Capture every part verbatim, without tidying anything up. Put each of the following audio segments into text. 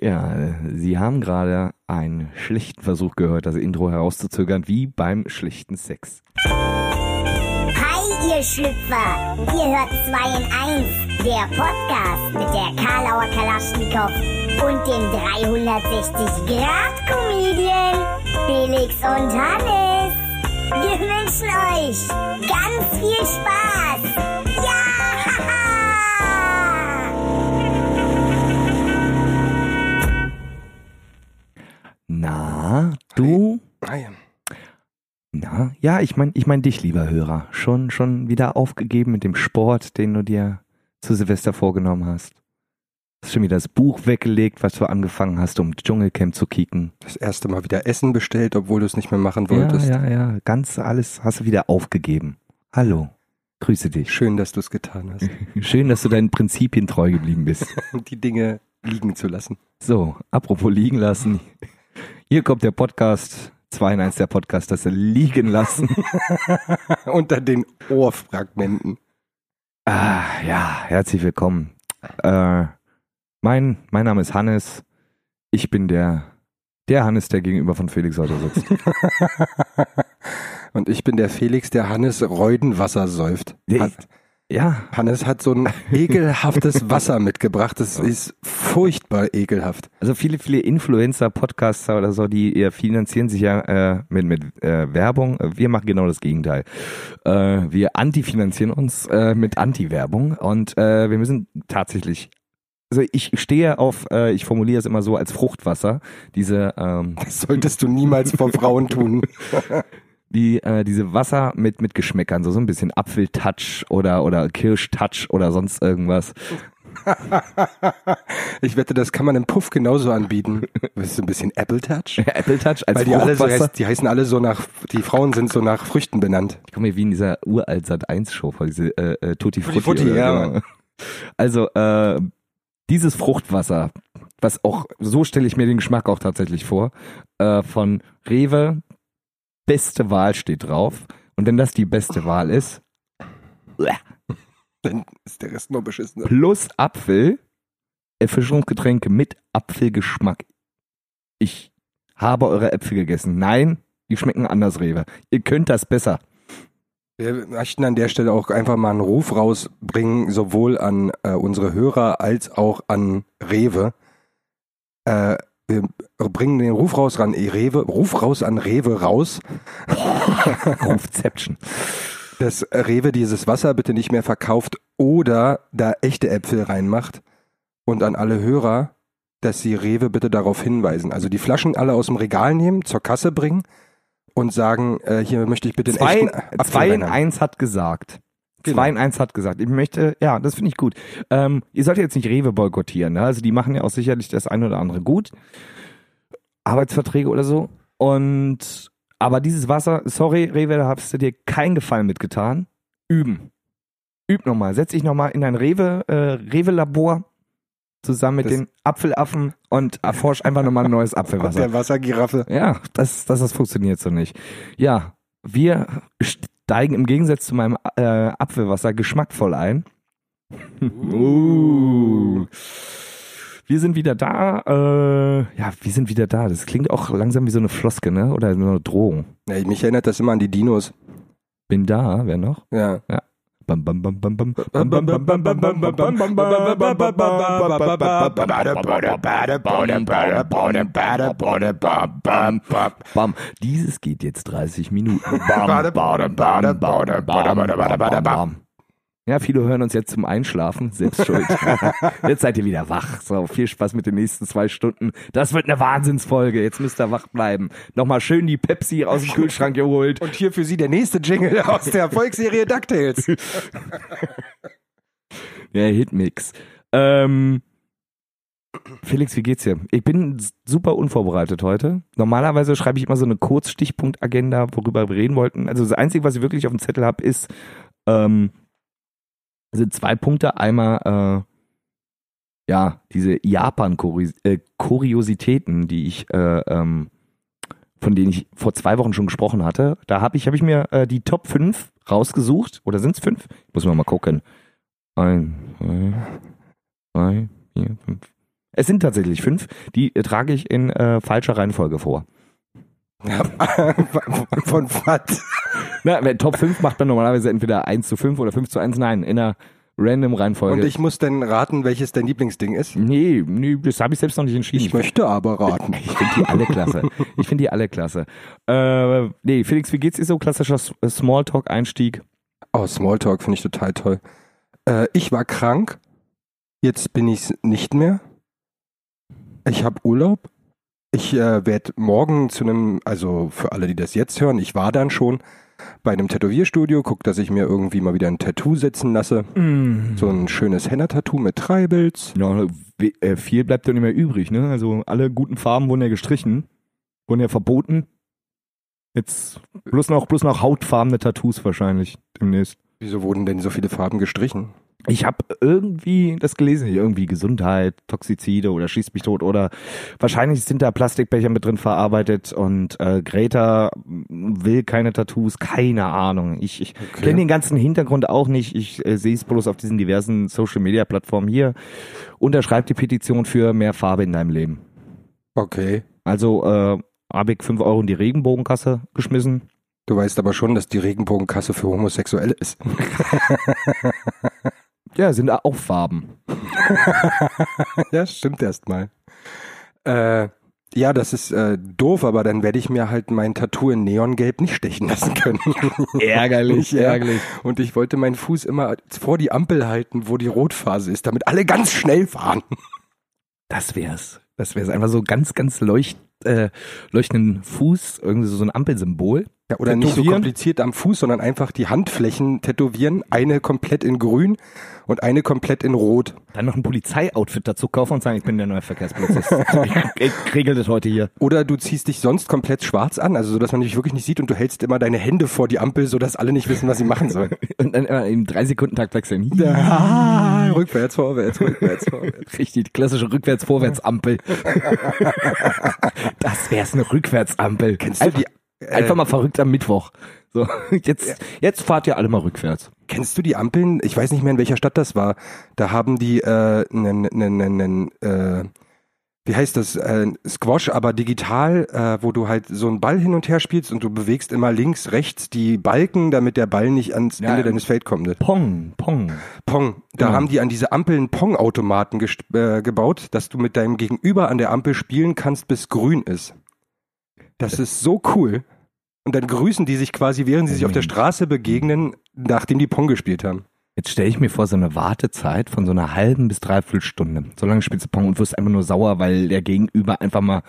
Ja, Sie haben gerade einen schlichten Versuch gehört, das Intro herauszuzögern, wie beim schlichten Sex. Hi, ihr Schlüpfer! Ihr hört zwei in eins, der Podcast mit der Karlauer Kalaschnikow und dem dreihundertsechzig Grad Comedian Felix und Hannes. Wir wünschen euch ganz viel Spaß! Ja! Na, du? Hi. Na, ja, ich meine ich mein dich, lieber Hörer. Schon, schon wieder aufgegeben mit dem Sport, den du dir zu Silvester vorgenommen hast. Hast schon wieder das Buch weggelegt, was du angefangen hast, um Dschungelcamp zu kicken. Das erste Mal wieder Essen bestellt, obwohl du es nicht mehr machen wolltest. Ja, ja, ja, ganz alles hast du wieder aufgegeben. Hallo, grüße dich. Schön, dass du es getan hast. Schön, dass du deinen Prinzipien treu geblieben bist. Die Dinge liegen zu lassen. So, apropos liegen lassen. Hier kommt der Podcast, zwei in eins der Podcast, das wir liegen lassen. Unter den Ohrfragmenten. Ah, ja, herzlich willkommen. Äh, mein, mein Name ist Hannes. Ich bin der, der Hannes, der gegenüber von Felix heute sitzt. Und ich bin der Felix, der Hannes Reudenwasser säuft. Hat, ja. Hannes hat so ein ekelhaftes Wasser mitgebracht. Das ist furchtbar ekelhaft. Also viele, viele Influencer, Podcaster oder so, die äh, finanzieren sich ja äh, mit, mit äh, Werbung. Wir machen genau das Gegenteil. Äh, wir antifinanzieren uns äh, mit Anti-Werbung und äh, wir müssen tatsächlich, also ich stehe auf, äh, ich formuliere es immer so als Fruchtwasser, diese ähm, Das solltest du niemals vor Frauen tun. Die, äh, diese Wasser mit, mit Geschmäckern, so, so ein bisschen Apfeltouch oder, oder Kirschtouch oder sonst irgendwas. Ich wette, das kann man im Puff genauso anbieten. Das ist ein bisschen Apple-Touch. Apple-Touch als Weil die alle so Fruchtwasser. heißt, die heißen alle so nach, die Frauen sind so nach Früchten benannt. Ich komme mir wie in dieser uralt Sat eins Show vor, diese äh, äh, Tutti Frutti. Tutti Frutti, oder ja. so. Also, äh, dieses Fruchtwasser, was auch, so stelle ich mir den Geschmack auch tatsächlich vor, äh, von Rewe, beste Wahl steht drauf. Und wenn das die beste Wahl ist, Dann ist der Rest nur beschissen. plus Apfel, Erfrischungsgetränke mit Apfelgeschmack. Ich habe eure Äpfel gegessen. Nein, die schmecken anders, Rewe. Ihr könnt das besser. Wir möchten an der Stelle auch einfach mal einen Ruf rausbringen, sowohl an äh, unsere Hörer als auch an Rewe. Äh, wir bringen den Ruf raus an Rewe, Ruf raus an Rewe raus. Rufception. Dass Rewe dieses Wasser bitte nicht mehr verkauft oder da echte Äpfel reinmacht. Und an alle Hörer, dass sie Rewe bitte darauf hinweisen. Also die Flaschen alle aus dem Regal nehmen, zur Kasse bringen und sagen, äh, hier möchte ich bitte einen Zwei, echten Apfel zwei in reinhaben. eins hat gesagt. Genau. Zwei in eins hat gesagt. Ich möchte, ja, das finde ich gut. Ähm, ihr solltet jetzt nicht Rewe boykottieren, ne? Also die machen ja auch sicherlich das eine oder andere gut. Arbeitsverträge oder so. Und, aber dieses Wasser, sorry, Rewe, da hast du dir keinen Gefallen mitgetan. Üben. Üb nochmal. Setz dich nochmal in ein Rewe, äh, Rewe-Labor zusammen mit Das- den Apfelaffen und erforsch einfach nochmal ein neues Und Apfelwasser. der Wassergiraffe. Ja, das, das, das funktioniert so nicht. Ja, wir steigen im Gegensatz zu meinem äh, Apfelwasser geschmackvoll ein. Uh. Wir sind wieder da. Äh, ja, wir sind wieder da. Das klingt auch langsam wie so eine Floske, ne? Oder so eine Drohung. Ja, mich erinnert das immer an die Dinos. Bin da, wer noch? Ja. Bam, bam, bam, bam, bam. Bam, bam, bam, bam, bam, bam, bam, bam, bam, bam, bam. Dieses geht jetzt dreißig Minuten. Bam, bam, bam, bam, bam, bam. Ja, viele hören uns jetzt zum Einschlafen, selbst schuld. Jetzt seid ihr wieder wach. So, viel Spaß mit den nächsten zwei Stunden. Das wird eine Wahnsinnsfolge. Jetzt müsst ihr wach bleiben. Nochmal schön die Pepsi aus dem Kühlschrank geholt. Und hier für Sie der nächste Jingle aus der Erfolgsserie DuckTales. Ja, Hitmix. Ähm, Felix, wie geht's dir? Ich bin super unvorbereitet heute. Normalerweise schreibe ich immer so eine Kurzstichpunkt-Agenda, worüber wir reden wollten. Also das Einzige, was ich wirklich auf dem Zettel habe, ist ähm, sind zwei Punkte. Einmal äh, ja diese Japan-Kuriositäten, die ich äh, ähm, von denen ich vor zwei Wochen schon gesprochen hatte. Da habe ich, hab ich mir äh, die Top fünf rausgesucht. Oder sind es fünf? Ich muss mal mal gucken. Ein, zwei, drei, vier, fünf. Es sind tatsächlich fünf, die äh, trage ich in äh, falscher Reihenfolge vor. Ja, von was? Na, wenn Top fünf macht man normalerweise entweder eins zu fünf oder fünf zu eins. Nein, in einer random Reihenfolge. Und ich muss dann raten, welches dein Lieblingsding ist? Nee, nee, das habe ich selbst noch nicht entschieden. Ich möchte aber raten. Ich finde die alle klasse. Ich finde die alle klasse. Äh, nee, Felix, wie geht's dir so? Klassischer Smalltalk-Einstieg. Oh, Smalltalk finde ich total toll. Äh, ich war krank. Jetzt bin ich es nicht mehr. Ich habe Urlaub. Ich äh, werde morgen zu einem, also für alle, die das jetzt hören, ich war dann schon bei einem Tätowierstudio, guck, dass ich mir irgendwie mal wieder ein Tattoo setzen lasse. Mm. So ein schönes Henna-Tattoo mit Treibels. Ja, äh, viel bleibt ja nicht mehr übrig, ne? Also alle guten Farben wurden ja gestrichen, wurden ja verboten. Jetzt bloß noch, bloß noch hautfarbene Tattoos wahrscheinlich demnächst. Wieso wurden denn so viele Farben gestrichen? Ich habe irgendwie das gelesen, irgendwie Gesundheit, Toxizide oder schießt mich tot oder wahrscheinlich sind da Plastikbecher mit drin verarbeitet und äh, Greta will keine Tattoos, keine Ahnung. Ich, ich okay. kenne den ganzen Hintergrund auch nicht. Ich äh, sehe es bloß auf diesen diversen Social-Media-Plattformen hier. Unterschreib die Petition für mehr Farbe in deinem Leben. Okay. Also äh, habe ich fünf Euro in die Regenbogenkasse geschmissen. Du weißt aber schon, dass die Regenbogenkasse für Homosexuelle ist. Ja, sind auch Farben. Ja, stimmt erstmal. Äh, ja, das ist äh, doof, aber dann werde ich mir halt mein Tattoo in Neongelb nicht stechen lassen können. Ärgerlich, ja. ärgerlich. Und ich wollte meinen Fuß immer vor die Ampel halten, wo die Rotphase ist, damit alle ganz schnell fahren. Das wär's. Das wär's. Einfach so ganz, ganz leucht, äh, leuchtenden Fuß, irgendwie so ein Ampelsymbol. Ja, oder nicht so kompliziert am Fuß, sondern einfach die Handflächen tätowieren. Eine komplett in grün und eine komplett in rot. Dann noch ein Polizeioutfit dazu kaufen und sagen, ich bin der neue Verkehrspolizist. ich, ich regel das heute hier. Oder du ziehst dich sonst komplett schwarz an, also so, dass man dich wirklich nicht sieht und du hältst immer deine Hände vor die Ampel, sodass alle nicht wissen, was sie machen sollen. Und dann immer im drei Sekunden Takt wechseln. Ja, rückwärts, vorwärts, rückwärts, vorwärts. Richtig, die klassische Rückwärts-Vorwärts-Ampel. Das wär's, eine Rückwärtsampel. Kennst du die? Einfach mal verrückt am Mittwoch. So, jetzt, jetzt fahrt ihr alle mal rückwärts. Kennst du die Ampeln? Ich weiß nicht mehr, in welcher Stadt das war. Da haben die äh, nen, nen, nen, nen, äh, wie heißt das? Äh, Squash, aber digital, äh, wo du halt so einen Ball hin und her spielst und du bewegst immer links, rechts die Balken, damit der Ball nicht ans ja, Ende deines Felds kommt. Pong, Pong. Pong. Da ja. haben die an diese Ampeln Pong-Automaten gest- äh, gebaut, dass du mit deinem Gegenüber an der Ampel spielen kannst, bis grün ist. Das ist so cool. Und dann grüßen die sich quasi, während sie sich auf der Straße begegnen, nachdem die Pong gespielt haben. Jetzt stelle ich mir vor, so eine Wartezeit von so einer halben bis dreiviertel Stunde. So lange spielst du Pong und wirst einfach nur sauer, weil der Gegenüber einfach mal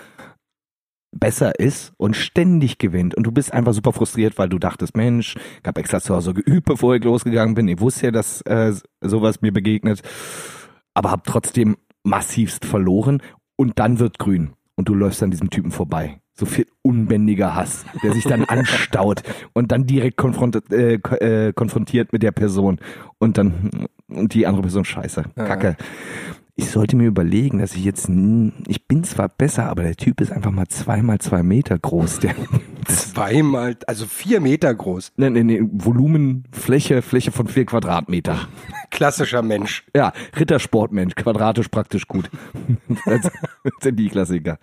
besser ist und ständig gewinnt. Und du bist einfach super frustriert, weil du dachtest, Mensch, ich habe extra zu Hause geübt, bevor ich losgegangen bin. Ich wusste ja, dass äh, sowas mir begegnet. Aber habe trotzdem massivst verloren. Und dann wird grün. Und du läufst an diesem Typen vorbei. So viel unbändiger Hass, der sich dann anstaut und dann direkt konfront- äh, äh, konfrontiert mit der Person und dann und die andere Person scheiße, Kacke. Ja. Ich sollte mir überlegen, dass ich jetzt, ich bin zwar besser, aber der Typ ist einfach mal zweimal zwei Meter groß. Der zweimal, also vier Meter groß. Ne, ne, ne, Volumen, Fläche, Fläche von vier Quadratmeter. Klassischer Mensch. Ja, Rittersportmensch, quadratisch praktisch gut. Das sind die Klassiker.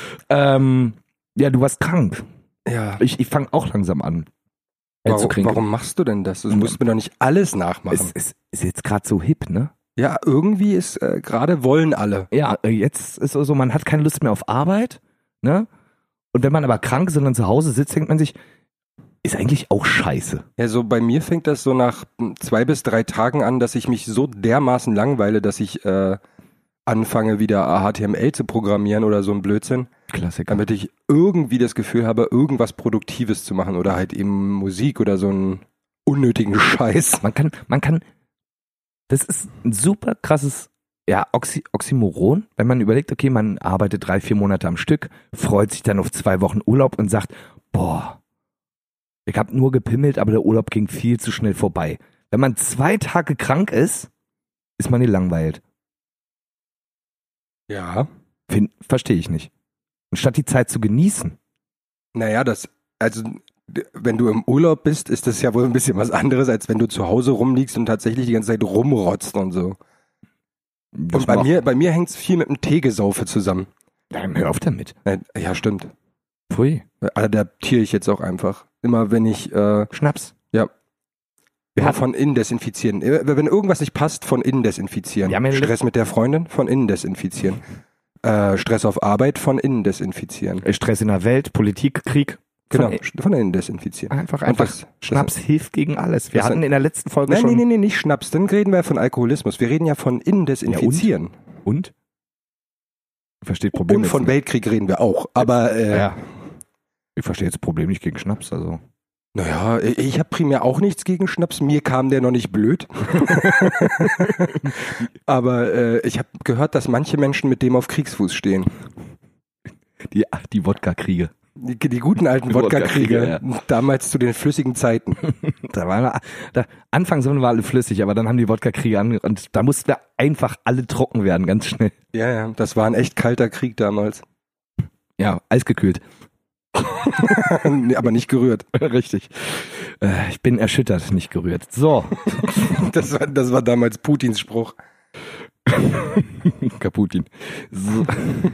Ähm, Ja, du warst krank. Ja. Ich, ich fange auch langsam an. Äh, warum, warum machst du denn das? Du musst mir doch nicht alles nachmachen. Es, es ist jetzt gerade so hip, ne? Ja, irgendwie ist äh, gerade wollen alle. Ja, jetzt ist so, man hat keine Lust mehr auf Arbeit, ne? Und wenn man aber krank ist und dann zu Hause sitzt, denkt man sich, ist eigentlich auch scheiße. Ja, so bei mir fängt das so nach zwei bis drei Tagen an, dass ich mich so dermaßen langweile, dass ich äh, anfange, wieder H T M L zu programmieren oder so ein Blödsinn. Klassiker. Damit ich irgendwie das Gefühl habe, irgendwas Produktives zu machen oder halt eben Musik oder so einen unnötigen Scheiß. Man kann, man kann, das ist ein super krasses, ja, Oxy, Oxymoron, wenn man überlegt, okay, man arbeitet drei, vier Monate am Stück, freut sich dann auf zwei Wochen Urlaub und sagt, boah, ich habe nur gepimmelt, aber der Urlaub ging viel zu schnell vorbei. Wenn man zwei Tage krank ist, ist man gelangweilt. Ja. Verstehe ich nicht. Und statt die Zeit zu genießen. Naja, das, also, wenn du im Urlaub bist, ist das ja wohl ein bisschen was anderes, als wenn du zu Hause rumliegst und tatsächlich die ganze Zeit rumrotzt und so. Das Und bei macht- mir, bei mir hängt es viel mit dem Teegesaufe zusammen. Nein, hör auf damit. Äh, Ja, stimmt. Pfui. Adaptiere ich jetzt auch einfach. Immer wenn ich äh, Schnaps. Ja. Wir immer hatten- von innen desinfizieren. Äh, Wenn irgendwas nicht passt, von innen desinfizieren. Wir haben ja Stress mit der Freundin, von innen desinfizieren. Äh, Stress auf Arbeit, von innen desinfizieren. Stress in der Welt, Politik, Krieg. Genau, Von, von innen desinfizieren. einfach, Und einfach. das- Schnaps hilft gegen alles. Wir das- hatten in der letzten Folge Nein, schon. nee, nee, nee, nicht Schnaps. Dann reden wir von Alkoholismus. Wir reden ja von innen desinfizieren. Und? Versteht Problem Und jetzt von nicht. Weltkrieg reden wir auch. Aber äh, Ja. Ich verstehe jetzt das Problem nicht gegen Schnaps. Also. naja, ich habe primär auch nichts gegen Schnaps. Mir kam der noch nicht blöd. Aber äh, ich habe gehört, dass manche Menschen mit dem auf Kriegsfuß stehen. Die, die Wodka-Kriege. Die, die guten alten Die Wodka-Kriege, Wodka-Kriege, damals zu den flüssigen Zeiten. Da waren wir, da, anfangs waren wir alle flüssig, aber dann haben die Wodka-Kriege an und da mussten wir einfach alle trocken werden, ganz schnell. Ja, ja, das war ein echt kalter Krieg damals. Ja, eisgekühlt. Nee, aber nicht gerührt. Richtig. Äh, ich bin erschüttert, nicht gerührt. So. Das war, das war damals Putins Spruch. Kaputin. So.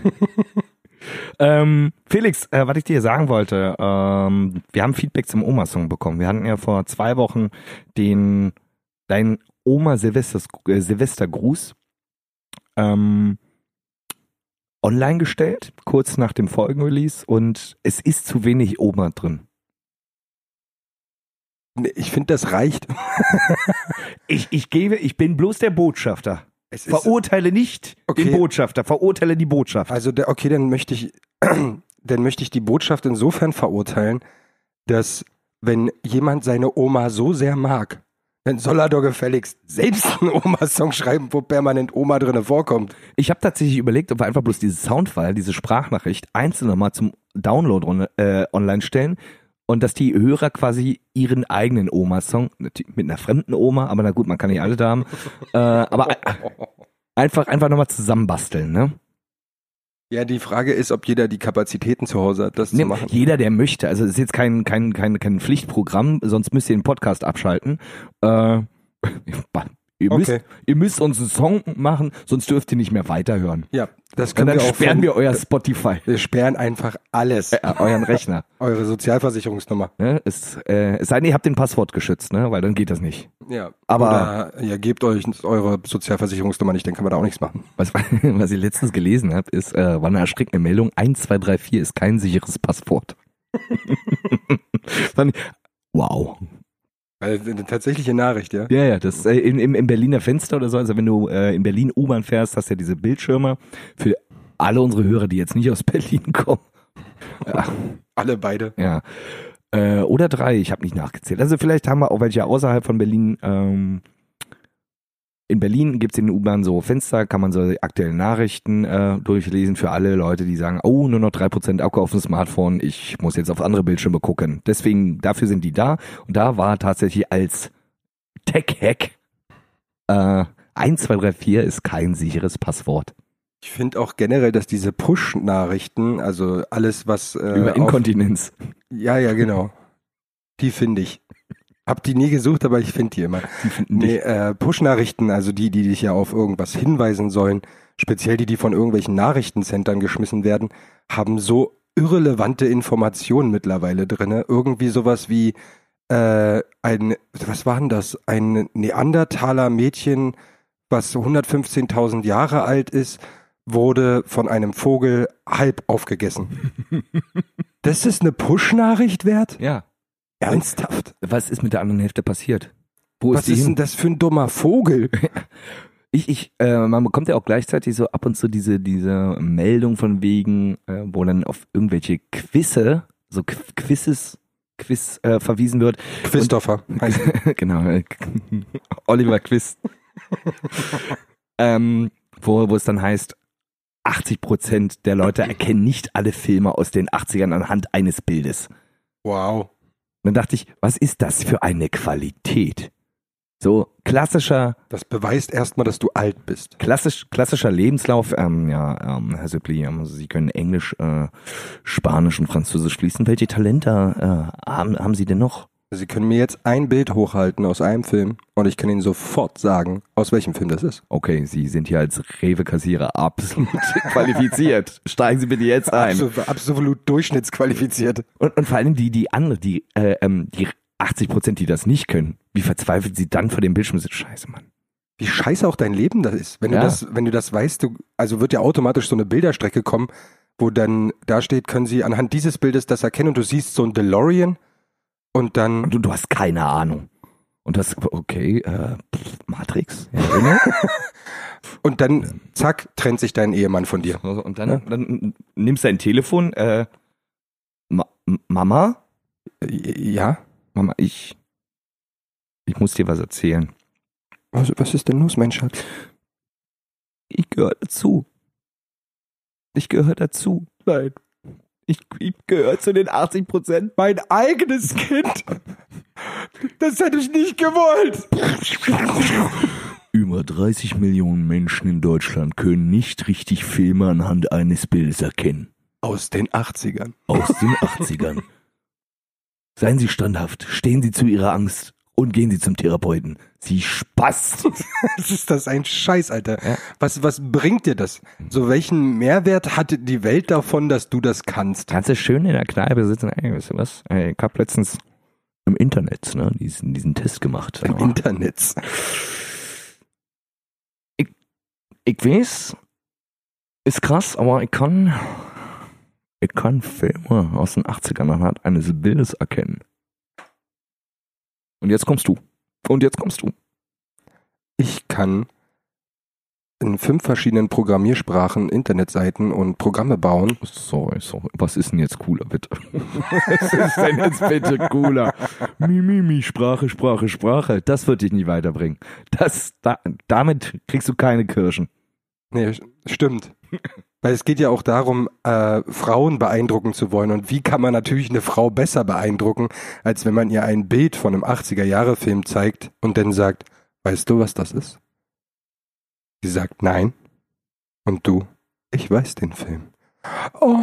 ähm, Felix, äh, was ich dir sagen wollte, ähm, wir haben Feedback zum Oma-Song bekommen. Wir hatten ja vor zwei Wochen den deinen Oma-Silvester- Silvestergruß ähm, online gestellt, kurz nach dem Folgenrelease, und es ist zu wenig Oma drin. Nee, ich finde, das reicht. Ich, ich gebe, ich bin bloß der Botschafter. Es ist, Verurteile nicht Okay. den Botschafter, verurteile die Botschaft. also, der, okay, dann möchte ich, dann möchte ich die Botschaft insofern verurteilen, dass wenn jemand seine Oma so sehr mag, dann soll er doch gefälligst selbst einen Oma-Song schreiben, wo permanent Oma drinne vorkommt. Ich habe tatsächlich überlegt, ob wir einfach bloß diese Soundfile, diese Sprachnachricht einzeln nochmal zum Download on, äh, online stellen und dass die Hörer quasi ihren eigenen Oma-Song, mit einer fremden Oma, aber na gut, man kann nicht alle da haben, äh, aber einfach, einfach nochmal zusammenbasteln, ne? Ja, die Frage ist, ob jeder die Kapazitäten zu Hause hat, das zu Ne, machen. jeder, der möchte. Also es ist jetzt kein, kein, kein, kein Pflichtprogramm, sonst müsst ihr den Podcast abschalten. Äh, ihr, müsst, Okay. ihr müsst uns einen Song machen, sonst dürft ihr nicht mehr weiterhören. Ja, das Und können dann wir auch sperren von- wir euer Spotify, Wir sperren einfach alles. äh, euren Rechner. Eure Sozialversicherungsnummer. Ne? Es, äh, es sei denn, ihr habt den Passwort geschützt, ne? Weil dann geht das nicht. Ja. Aber- Oder ihr gebt euch eure Sozialversicherungsnummer nicht, dann können wir da auch nichts machen. Was, was ich letztens gelesen habe, ist, äh, war eine erschreckende Meldung, eins zwei drei vier ist kein sicheres Passwort. Fand ich, wow. Also eine tatsächliche Nachricht, ja? Ja, ja, das äh, im, im, im Berliner Fenster oder so, also wenn du äh, in Berlin U-Bahn fährst, hast du ja diese Bildschirme für alle unsere Hörer, die jetzt nicht aus Berlin kommen. Ja, Alle beide. ja. Äh, oder drei, ich habe nicht nachgezählt. Also vielleicht haben wir auch welche außerhalb von Berlin. Ähm, in Berlin gibt's in den U-Bahn so Fenster, kann man so die aktuellen Nachrichten äh, durchlesen für alle Leute, die sagen, oh, nur noch drei Prozent Akku auf dem Smartphone, ich muss jetzt auf andere Bildschirme gucken. Deswegen, dafür sind die da. Und da war tatsächlich als Tech-Hack äh, eins zwei drei vier ist kein sicheres Passwort. Ich finde auch generell, dass diese Push-Nachrichten, also alles, was äh, Über auf, Inkontinenz. ja, ja, genau. Die finde ich. Hab die nie gesucht, aber ich finde die immer. Die finden Nee, dich. äh, Push-Nachrichten, also die, die dich ja auf irgendwas hinweisen sollen, speziell die, die von irgendwelchen Nachrichtencentern geschmissen werden, haben so irrelevante Informationen mittlerweile drinne. Irgendwie sowas wie äh, ein, was war denn das? Ein Neandertaler Mädchen, was hundertfünfzehntausend Jahre alt ist, wurde von einem Vogel halb aufgegessen. Das ist eine Push-Nachricht wert? Ja. Ernsthaft? Was ist mit der anderen Hälfte passiert? Wo Was ist die ist hin? denn das für ein dummer Vogel? Ich, ich, äh, man bekommt ja auch gleichzeitig so ab und zu diese, diese Meldung von wegen, äh, wo dann auf irgendwelche Quizze, so Qu- Quizzes, Quiz äh, verwiesen wird. Christopher. heißt er. Genau, äh, Oliver Quiz. ähm, wo, wo es dann heißt, achtzig Prozent der Leute erkennen nicht alle Filme aus den achtzigern anhand eines Bildes. Wow. Dann dachte ich, was ist das für eine Qualität? So klassischer, Das beweist erstmal, dass du alt bist. klassisch, klassischer Lebenslauf. Ähm, ja, ähm, Herr Süppli, ähm, Sie können Englisch, äh, Spanisch und Französisch fließen. Welche Talente äh, haben, haben Sie denn noch? Sie können mir jetzt ein Bild hochhalten aus einem Film und ich kann Ihnen sofort sagen, aus welchem Film das ist. Okay, Sie sind hier als Rewe-Kassierer absolut qualifiziert. Steigen Sie bitte jetzt ein. Absolut, absolut durchschnittsqualifiziert. Und, und vor allem die, die andere, die, äh, ähm, die achtzig Prozent, die das nicht können, wie verzweifelt sie dann vor dem Bildschirm sind. Scheiße, Mann. Wie scheiße auch dein Leben das ist. Wenn Ja. du das, wenn du das weißt, du, also wird ja automatisch so eine Bilderstrecke kommen, wo dann da steht, können Sie anhand dieses Bildes das erkennen und du siehst so ein DeLorean und dann. Und du, du hast keine Ahnung. Und das, okay, äh, pff, Matrix. Ja, genau. Und dann, zack, trennt sich dein Ehemann von dir. Und dann, dann nimmst du dein Telefon, äh, Ma Mama? Ja? Mama, ich, ich muss dir was erzählen. Was, was ist denn los, mein Schatz? Ich gehöre dazu. Ich gehöre dazu. Nein. Ich, ich gehöre zu den achtzig Prozent. Mein eigenes Kind. Das hätte ich nicht gewollt. Über dreißig Millionen Menschen in Deutschland können nicht richtig Filme anhand eines Bildes erkennen. Aus den achtzigern. Aus den achtzigern. Seien Sie standhaft, stehen Sie zu Ihrer Angst und gehen Sie zum Therapeuten. Sie Spast. Was ist das ein Scheiß, Alter? Ja. Was, was bringt dir das? So, welchen Mehrwert hat die Welt davon, dass du das kannst? Kannst du schön in der Kneipe sitzen. Ey, weißt du was? Ey, ich hab letztens im Internet ne, diesen, diesen Test gemacht. Im Ja. Internet. Ich weiß, ist krass, aber ich kann, ich kann Filme aus den achtzigern anhand eines Bildes erkennen. Und jetzt kommst du. Und jetzt kommst du. Ich kann in fünf verschiedenen Programmiersprachen Internetseiten und Programme bauen. Sorry, sorry. Was ist denn jetzt cooler, bitte? Was ist denn jetzt bitte cooler? Mi, mi, mi, Sprache, Sprache, Sprache. Das wird dich nicht weiterbringen. Das, da, damit kriegst du keine Kirschen. Nee, stimmt. Weil es geht ja auch darum, äh, Frauen beeindrucken zu wollen. Und wie kann man natürlich eine Frau besser beeindrucken, als wenn man ihr ein Bild von einem achtziger-Jahre-Film zeigt und dann sagt, weißt du, was das ist? Sie sagt nein. Und du, ich weiß den Film. Oh.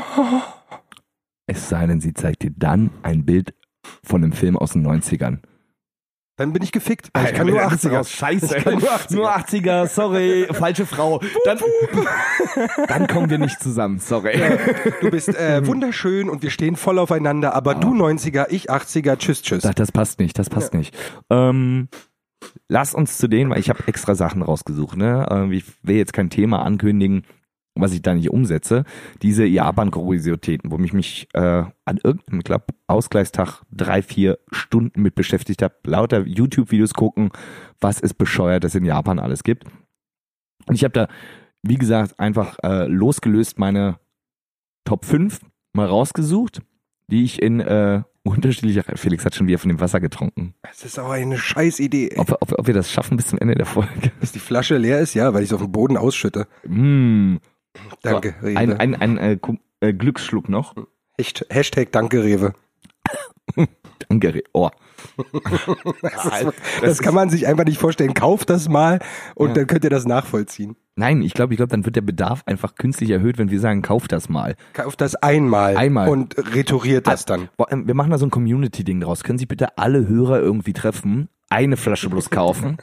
Es sei denn, sie zeigt dir dann ein Bild von einem Film aus den neunzigern. Dann bin ich gefickt. Ich kann nur achtziger. Scheiße. Ich kann nur achtziger. Nur achtziger, sorry, falsche Frau. Dann, dann kommen wir nicht zusammen, sorry. Ja, du bist äh, wunderschön und wir stehen voll aufeinander, aber du neunziger, ich achtziger, tschüss, tschüss. Das, das passt nicht, das passt Ja. nicht. Ähm, lass uns zu denen, weil ich habe extra Sachen rausgesucht. Ne? Ähm, ich will jetzt kein Thema ankündigen, was ich da nicht umsetze. Diese Japan-Kuriositäten, wo ich mich äh, an irgendeinem, ich glaube, Ausgleichstag drei, vier Stunden mit beschäftigt habe, lauter YouTube-Videos gucken, was es Bescheuertes in Japan alles gibt. Und ich habe da, wie gesagt, einfach äh, losgelöst meine Top fünf mal rausgesucht, die ich in äh, unterschiedlicher... Felix hat schon wieder von dem Wasser getrunken. Das ist aber eine scheiß Idee. ey. Ob, wir- ob, wir- ob wir das schaffen bis zum Ende der Folge. Dass die Flasche leer ist, ja, weil ich es auf den Boden ausschütte. Mm. Danke, So, Rewe. ein ein, ein äh, Ku- äh, Glücksschluck noch. Hasht- Hashtag Danke, Rewe. Danke. Re- Oh. Das, ist, das kann man sich einfach nicht vorstellen. Kauft das mal und Ja. dann könnt ihr das nachvollziehen. Nein, ich glaube, ich glaube, dann wird der Bedarf einfach künstlich erhöht, wenn wir sagen, kauf das mal. Kauft das einmal, Einmal. und retouriert das dann. Boah, ähm, Wir machen da so ein Community-Ding draus. Können Sie bitte alle Hörer irgendwie treffen, eine Flasche bloß kaufen?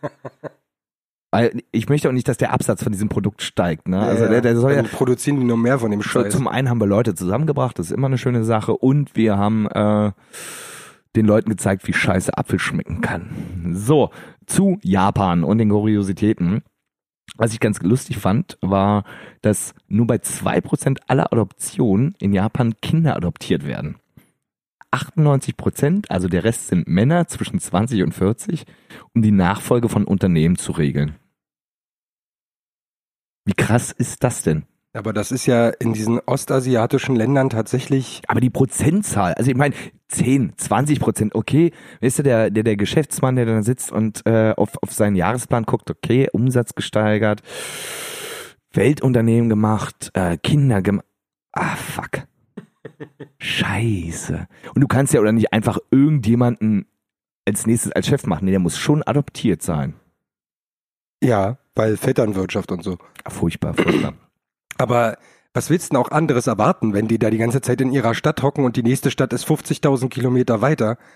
Weil ich möchte auch nicht, dass der Absatz von diesem Produkt steigt. Ne? Also Ja, der, der soll ja. dann produzieren die noch mehr von dem So, Scheiß. zum einen haben wir Leute zusammengebracht, das ist immer eine schöne Sache. Und wir haben äh, den Leuten gezeigt, wie scheiße Apfel schmecken kann. So, zu Japan und den Kuriositäten. Was ich ganz lustig fand, war, dass nur bei zwei Prozent aller Adoptionen in Japan Kinder adoptiert werden. achtundneunzig Prozent, also der Rest sind Männer zwischen zwanzig und vierzig, um die Nachfolge von Unternehmen zu regeln. Wie krass ist das denn? Aber das ist ja in diesen ostasiatischen Ländern tatsächlich. Aber die Prozentzahl, also ich meine, zehn, zwanzig Prozent, okay, weißt du, der, der, der Geschäftsmann, der da sitzt und äh, auf, auf seinen Jahresplan guckt, okay, Umsatz gesteigert, Weltunternehmen gemacht, äh, Kinder gemacht, ah, fuck. Scheiße. Und du kannst ja oder nicht einfach irgendjemanden als nächstes als Chef machen, nee, der muss schon adoptiert sein. Ja, weil Vetternwirtschaft und so. Furchtbar, furchtbar. Aber was willst du denn auch anderes erwarten, wenn die da die ganze Zeit in ihrer Stadt hocken und die nächste Stadt ist fünfzigtausend Kilometer weiter?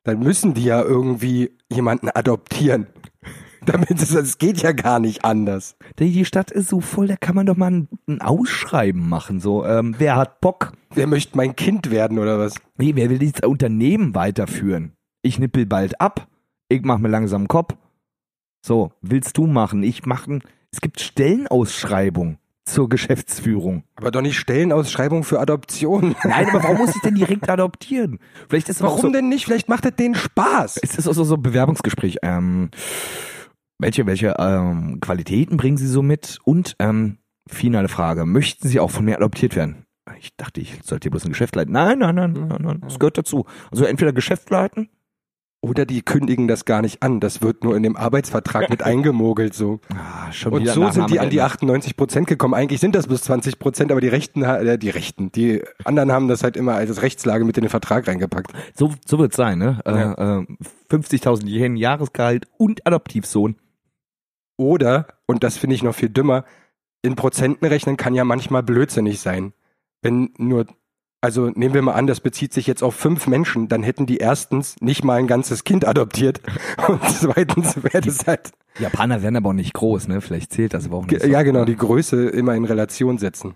dann müssen die ja irgendwie jemanden adoptieren. Damit es, das geht ja gar nicht anders. Die Stadt ist so voll, da kann man doch mal ein, ein Ausschreiben machen. So, ähm, wer hat Bock? Wer möchte mein Kind werden oder was? Nee, wer will dieses Unternehmen weiterführen? Ich nippel bald ab. Ich mach mir langsam einen Kopf. So, willst du machen? Ich machen. Es gibt Stellenausschreibungen zur Geschäftsführung. Aber doch nicht Stellenausschreibung für Adoption. Nein, aber warum muss ich denn direkt adoptieren? Vielleicht ist es Warum auch so, denn nicht? Vielleicht macht das denen Spaß. es ist auch so, so ein Bewerbungsgespräch. Ähm, welche welche ähm, Qualitäten bringen Sie so mit? Und ähm, finale Frage, möchten Sie auch von mir adoptiert werden? Ich dachte, ich sollte hier bloß ein Geschäft leiten. Nein, nein, nein, nein, nein, das gehört dazu. Also entweder Geschäft leiten. Oder die kündigen das gar nicht an. Das wird nur in dem Arbeitsvertrag mit eingemogelt so. Ah, schon Und wieder so sind die an die Nachname achtundneunzig Prozent gekommen. Eigentlich sind das bloß zwanzig Prozent, aber die Rechten, äh, die Rechten, die anderen haben das halt immer als Rechtslage mit in den Vertrag reingepackt. So, so wird's sein, ne? Ja. Äh, äh, fünfzigtausend Yen Jahresgehalt und Adoptivsohn. Oder, und das finde ich noch viel dümmer, in Prozenten rechnen kann ja manchmal blödsinnig sein. Wenn nur, also nehmen wir mal an, das bezieht sich jetzt auf fünf Menschen, dann hätten die erstens nicht mal ein ganzes Kind adoptiert und zweitens wäre das halt, Japaner werden aber auch nicht groß, ne? Vielleicht zählt das aber auch nicht. So. ja genau, die Größe immer in Relation setzen.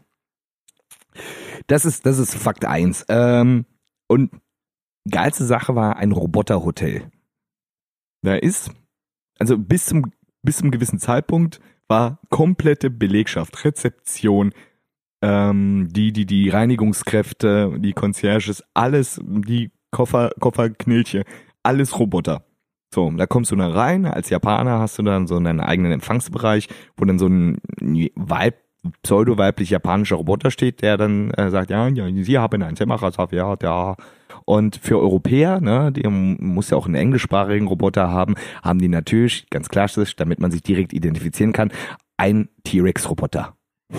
Das ist, das ist Fakt eins. Ähm, und geilste Sache war ein Roboterhotel. Da ist, also bis zum, bis zum gewissen Zeitpunkt war komplette Belegschaft, Rezeption, ähm, die, die, die Reinigungskräfte, die Concierges, alles, die Koffer, Kofferknilche, alles Roboter. So, da kommst du da rein, als Japaner hast du dann so einen eigenen Empfangsbereich, wo dann so ein Weib, pseudo-weiblich japanischer Roboter steht, der dann äh, sagt, ja, ja, Sie haben ein Zimmer, ja, ja. Und für Europäer, ne, die muss ja auch einen englischsprachigen Roboter haben, haben die natürlich, ganz klassisch, damit man sich direkt identifizieren kann, ein T-Rex-Roboter.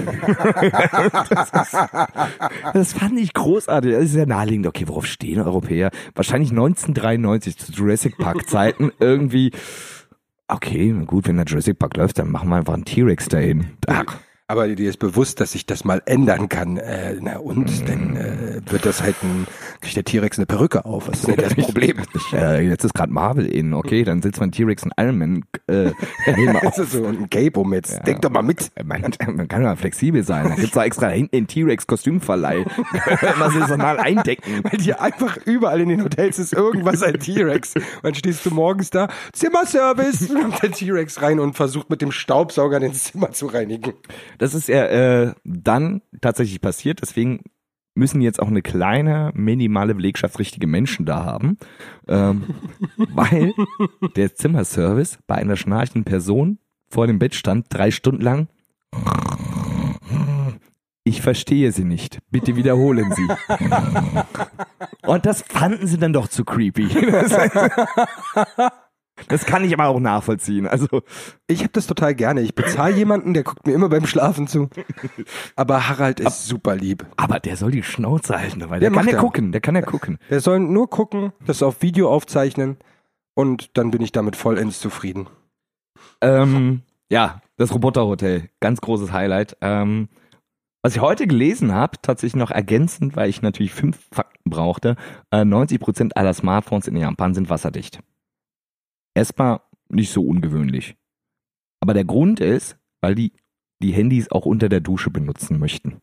das, ist, das fand ich großartig. Das ist ja naheliegend. Okay, worauf stehen Europäer? Wahrscheinlich neunzehnhundertdreiundneunzig zu Jurassic Park Zeiten irgendwie. Okay, gut, wenn der Jurassic Park läuft, dann machen wir einfach einen T-Rex dahin. Ach. Aber dir ist bewusst, dass sich das mal ändern kann. Äh, na und, dann äh, wird das halt ein, kriegt der T-Rex eine Perücke auf. Was ist denn das Problem? Äh, jetzt ist gerade Marvel in, okay, dann sitzt man T-Rex in Iron Man äh, das ist so ein Cape um jetzt. Ja. Denk doch mal mit. Man, man kann ja flexibel sein. Da gibt's da extra hinten den T-Rex-Kostümverleih. Immer saisonal eindecken. Weil hier einfach überall in den Hotels ist irgendwas ein T-Rex. Und dann stehst du morgens da, Zimmerservice, und der T-Rex rein und versucht mit dem Staubsauger das Zimmer zu reinigen. Das ist ja äh, dann tatsächlich passiert, deswegen müssen jetzt auch eine kleine, minimale Belegschaft richtige Menschen da haben, ähm, weil der Zimmerservice bei einer schnarchenden Person vor dem Bett stand, drei Stunden lang. Ich verstehe Sie nicht. Bitte wiederholen Sie. Und das fanden sie dann doch zu creepy. Das kann ich aber auch nachvollziehen. Also ich habe das total gerne. Ich bezahle jemanden, der guckt mir immer beim Schlafen zu. Aber Harald ist Ab, super lieb. Aber der soll die Schnauze halten, weil der, der kann ja gucken. Der kann ja gucken. Der soll nur gucken, das auf Video aufzeichnen und dann bin ich damit vollends zufrieden. Ähm, ja, das Roboterhotel, ganz großes Highlight. Ähm, was ich heute gelesen habe, tatsächlich noch ergänzend, weil ich natürlich fünf Fakten brauchte. Äh, neunzig Prozent aller Smartphones in Japan sind wasserdicht. Erstmal nicht so ungewöhnlich. Aber der Grund ist, weil die die Handys auch unter der Dusche benutzen möchten.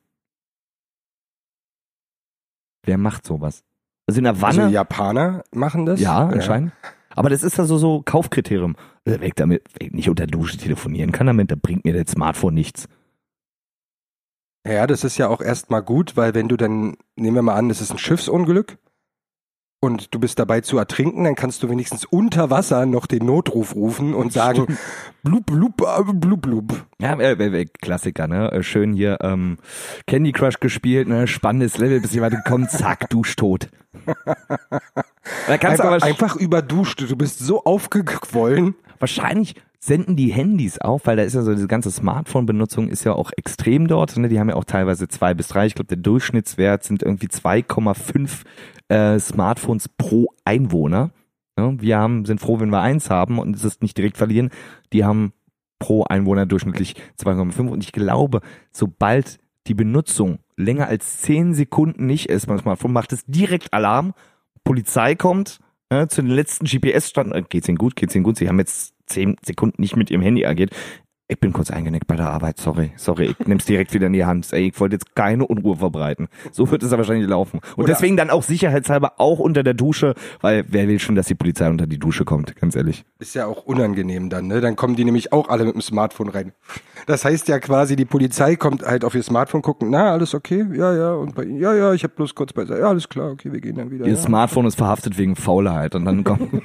Wer macht sowas? Also in der Wanne. Also Japaner machen das? Ja, anscheinend. Ja. Aber das ist also so Kaufkriterium. Wer ich damit wer ich nicht unter der Dusche telefonieren kann, damit, da bringt mir das Smartphone nichts. Ja, das ist ja auch erstmal gut, weil wenn du dann, nehmen wir mal an, das ist ein Schiffsunglück und du bist dabei zu ertrinken, dann kannst du wenigstens unter Wasser noch den Notruf rufen und sagen, blub, blub, blub, blub. Ja, äh, Klassiker, ne? Schön hier ähm, Candy Crush gespielt, ne? Spannendes Level, bis jemand kommt, zack, duschtot. Da kannst einfach, aber einfach überduscht, du bist so aufgequollen. Wahrscheinlich senden die Handys auf, weil da ist ja so diese ganze Smartphone-Benutzung ist ja auch extrem dort. Ne? Die haben ja auch teilweise zwei bis drei. Ich glaube, der Durchschnittswert sind irgendwie zwei Komma fünf äh, Smartphones pro Einwohner. Ja, wir haben, sind froh, wenn wir eins haben und es nicht direkt verlieren. Die haben pro Einwohner durchschnittlich zwei Komma fünf. Und ich glaube, sobald die Benutzung länger als zehn Sekunden nicht ist beim Smartphone, macht es direkt Alarm. Polizei kommt, äh, zu den letzten G P S-Stand, äh, geht's Ihnen gut, geht's Ihnen gut, Sie haben jetzt zehn Sekunden nicht mit Ihrem Handy agiert. Ich bin kurz eingenickt bei der Arbeit, sorry, sorry, ich nehm's direkt wieder in die Hand. Ey, ich wollte jetzt keine Unruhe verbreiten. So wird es ja wahrscheinlich laufen. Und Oder deswegen dann auch sicherheitshalber auch unter der Dusche, weil wer will schon, dass die Polizei unter die Dusche kommt, ganz ehrlich. Ist ja auch unangenehm dann, ne? Dann kommen die nämlich auch alle mit dem Smartphone rein. Das heißt ja quasi, die Polizei kommt halt auf ihr Smartphone gucken, na, alles okay? Ja, ja, und bei Ihnen, ja, ja, ich habe bloß kurz bei, ja, alles klar, okay, wir gehen dann wieder. Ihr ja. Smartphone ist verhaftet wegen Faulheit und dann kommt...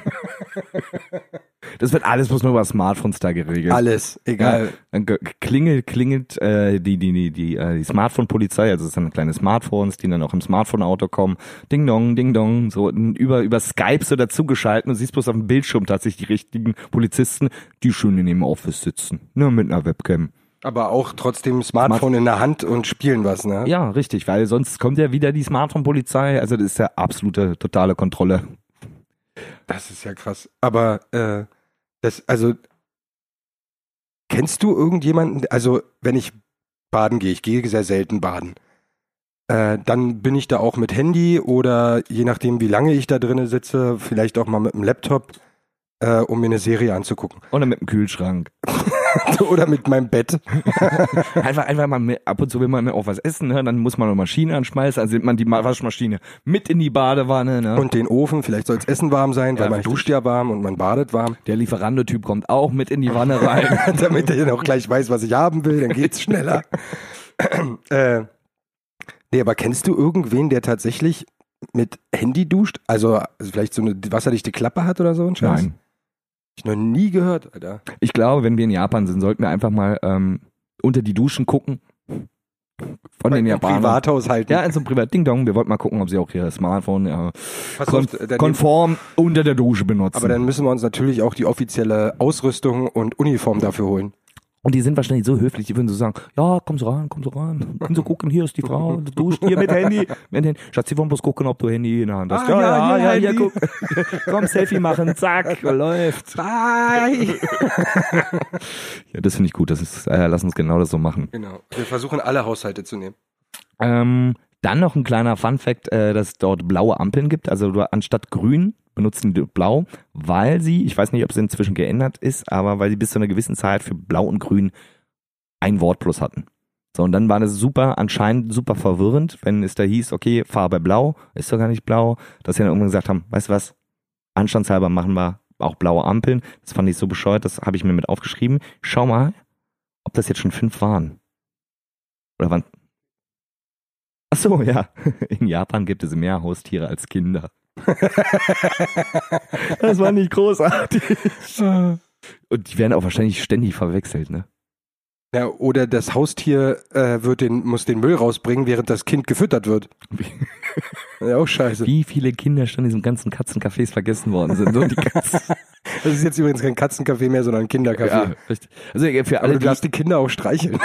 Das wird alles bloß nur über Smartphones da geregelt. Alles, egal. Ja, dann ge- klingelt, klingelt äh, die, die, die, die, äh, die Smartphone-Polizei, also es sind kleine Smartphones, die dann auch im Smartphone-Auto kommen. Ding dong, ding dong, so über, über Skype so dazugeschalten und siehst bloß auf dem Bildschirm tatsächlich die richtigen Polizisten, die schön in dem Office sitzen, ne, mit einer Webcam. Aber auch trotzdem Smartphone Smart- in der Hand und spielen was, ne? Ja, richtig, weil sonst kommt ja wieder die Smartphone-Polizei, also das ist ja absolute, totale Kontrolle. Das ist ja krass. Aber, äh, das, also, kennst du irgendjemanden, also, wenn ich baden gehe, ich gehe sehr selten baden, äh, dann bin ich da auch mit Handy oder je nachdem, wie lange ich da drinnen sitze, vielleicht auch mal mit dem Laptop, äh, um mir eine Serie anzugucken. Oder mit dem Kühlschrank. Oder mit meinem Bett. Einfach, einfach mal mit, ab und zu will man auch was essen, ne? Dann muss man eine Maschine anschmeißen, dann nimmt man die Waschmaschine mit in die Badewanne. Ne? Und den Ofen, vielleicht soll das Essen warm sein, weil Ja, man richtig. duscht ja warm und man badet warm. Der Lieferando-Typ kommt auch mit in die Wanne rein. Damit er dann auch gleich weiß, was ich haben will, dann geht's schneller. äh, nee, aber kennst du irgendwen, der tatsächlich mit Handy duscht? Also, also vielleicht so eine wasserdichte Klappe hat oder so ein Scheiß? Nein. Ich noch nie gehört, Alter. Ich glaube, wenn wir in Japan sind, sollten wir einfach mal ähm, unter die Duschen gucken. Von den Im Japanern. Privathaushalten. Ja, in so einem Privat Ding Dong. Wir wollten mal gucken, ob sie auch ihr Smartphone ja, Pass kon auf, dann- konform unter der Dusche benutzen. aber dann müssen wir uns natürlich auch die offizielle Ausrüstung und Uniform dafür holen. Und die sind wahrscheinlich so höflich, die würden so sagen, ja, komm so ran, komm so ran. Komm so gucken, hier ist die Frau, du duscht hier mit Handy. Mit Handy. Schatz, sie wollen bloß gucken, ob du Handy in der Hand hast. Ah, ja, hier, hier, Handy. guck. Komm, Selfie machen, zack, läuft. Bye! Ja, das finde ich gut, das ist, äh, lass uns genau das so machen. Genau. Wir versuchen alle Haushalte zu nehmen. Ähm, dann noch ein kleiner Funfact, äh, dass es dort blaue Ampeln gibt. Also du, anstatt grün benutzen die blau, weil sie, ich weiß nicht, ob es inzwischen geändert ist, aber weil sie bis zu einer gewissen Zeit für blau und grün ein Wort plus hatten. So, und dann war das super, anscheinend super verwirrend, wenn es da hieß, okay, Farbe blau, ist doch gar nicht blau, dass sie dann irgendwann gesagt haben, weißt du was, anstandshalber machen wir auch blaue Ampeln. Das fand ich so bescheuert, das habe ich mir mit aufgeschrieben. Schau mal, ob das jetzt schon fünf waren. Oder wann? Ach so, ja. In Japan gibt es mehr Haustiere als Kinder. Das war nicht großartig. Und die werden auch wahrscheinlich ständig verwechselt, ne? Ja, oder das Haustier äh, wird den, muss den Müll rausbringen, während das Kind gefüttert wird. Ja, auch scheiße. Wie viele Kinder schon in diesem ganzen Katzencafés vergessen worden sind. Und die Katzen. Das ist jetzt übrigens kein Katzencafé mehr, sondern ein Kindercafé. Ja, richtig. Also für Aber alle, du die, darfst die Kinder auch streicheln.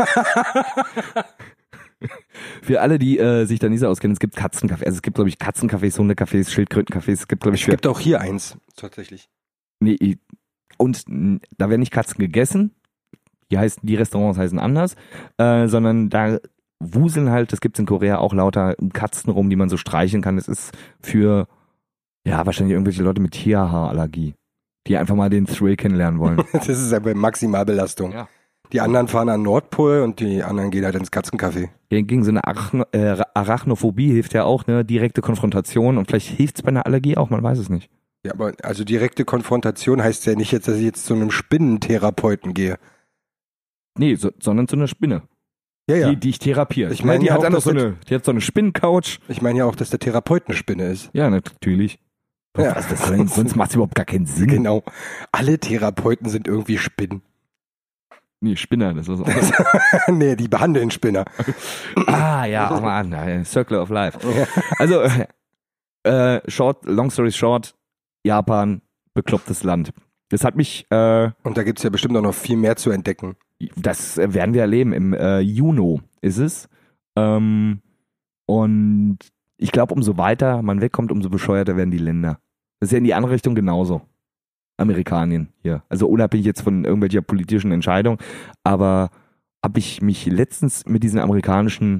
für alle, die äh, sich da nicht so auskennen, es gibt Katzencafés. Also es gibt, glaube ich, Katzencafés, Hundecafés, Schildkrötencafés. Es gibt, glaube ich, Es für, gibt auch hier eins, tatsächlich. nee, und mh, da werden nicht Katzen gegessen. Die heißen, die Restaurants heißen anders, äh, sondern da wuseln halt, das gibt's in Korea auch lauter Katzen rum, die man so streicheln kann. Das ist für, ja, wahrscheinlich irgendwelche Leute mit Tierhaarallergie, die einfach mal den Thrill kennenlernen wollen. Das ist aber Maximalbelastung. Ja. Die anderen fahren an Nordpol und die anderen gehen halt ins Katzencafé. Gegen so eine Arachno äh, Arachnophobie hilft ja auch, ne, direkte Konfrontation, und vielleicht hilft's bei einer Allergie auch, man weiß es nicht. Ja, aber also direkte Konfrontation heißt ja nicht jetzt, dass ich jetzt zu einem Spinnentherapeuten gehe. Nee, so, sondern zu einer Spinne, Ja, ja. die, die ich therapiere. Ich meine die ja hat auch, dann noch dass so das- eine, die hat so eine Spinnencouch. Ich meine ja auch, dass der Therapeut eine Spinne ist. Ja, natürlich. Ja. Was, das denn? Sonst macht es überhaupt gar keinen Sinn. Genau. Alle Therapeuten sind irgendwie Spinnen. Nee, Spinner, das ist was. Nee, die behandeln Spinner. Ah, ja, oh Mann, äh, Circle of Life. Also, äh, short, long story short, Japan, beklopptes Land. Das hat mich, äh, Und da gibt's ja bestimmt auch noch viel mehr zu entdecken. das werden wir erleben, im äh, Juni ist es. Ähm, und ich glaube, umso weiter man wegkommt, umso bescheuerter werden die Länder. Das ist ja in die andere Richtung genauso. Amerikanien hier. Also unabhängig jetzt von irgendwelcher politischen Entscheidung. Aber habe ich mich letztens mit diesen amerikanischen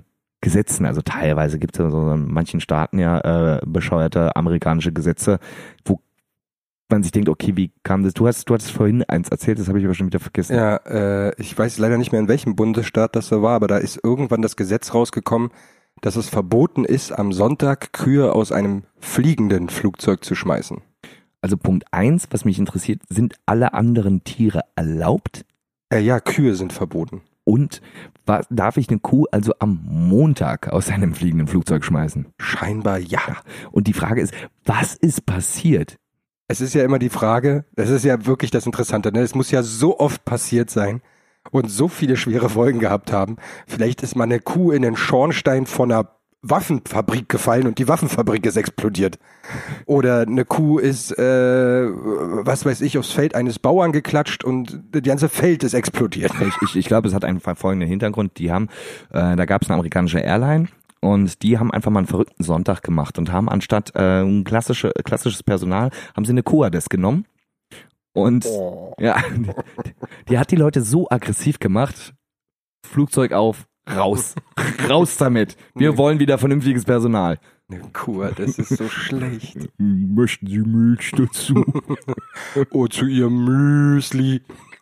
Gesetzen. Also teilweise gibt es ja so in manchen Staaten ja äh, bescheuerte amerikanische Gesetze, wo man sich denkt, okay, wie kam das? Du hast, du hattest vorhin eins erzählt, das habe ich aber schon wieder vergessen. Ja, äh, ich weiß leider nicht mehr, in welchem Bundesstaat das so war, aber da ist irgendwann das Gesetz rausgekommen, dass es verboten ist, am Sonntag Kühe aus einem fliegenden Flugzeug zu schmeißen. Also Punkt eins, was mich interessiert, sind alle anderen Tiere erlaubt? Äh, ja, Kühe sind verboten. Und was, darf ich eine Kuh also am Montag aus einem fliegenden Flugzeug schmeißen? Scheinbar ja. Und die Frage ist, was ist passiert? Es ist ja immer die Frage, das ist ja wirklich das Interessante, ne? Es muss ja so oft passiert sein und so viele schwere Folgen gehabt haben. Vielleicht ist mal eine Kuh in den Schornstein von einer Waffenfabrik gefallen und die Waffenfabrik ist explodiert. Oder eine Kuh ist, äh, was weiß ich, aufs Feld eines Bauern geklatscht und das ganze Feld ist explodiert. Ich, ich, ich glaube, es hat einen folgenden Hintergrund. Die haben, äh, da gab es eine amerikanische Airline. Und die haben einfach mal einen verrückten Sonntag gemacht und haben anstatt äh, ein klassische, klassisches Personal, haben sie eine Coades genommen. Und oh. ja, die, die hat die Leute so aggressiv gemacht. Flugzeug auf, raus. Raus damit. Wir nee. wollen wieder vernünftiges Personal. Eine Kuh, das ist so schlecht. Möchten Sie Milch dazu? Oh, zu Ihrem Müsli.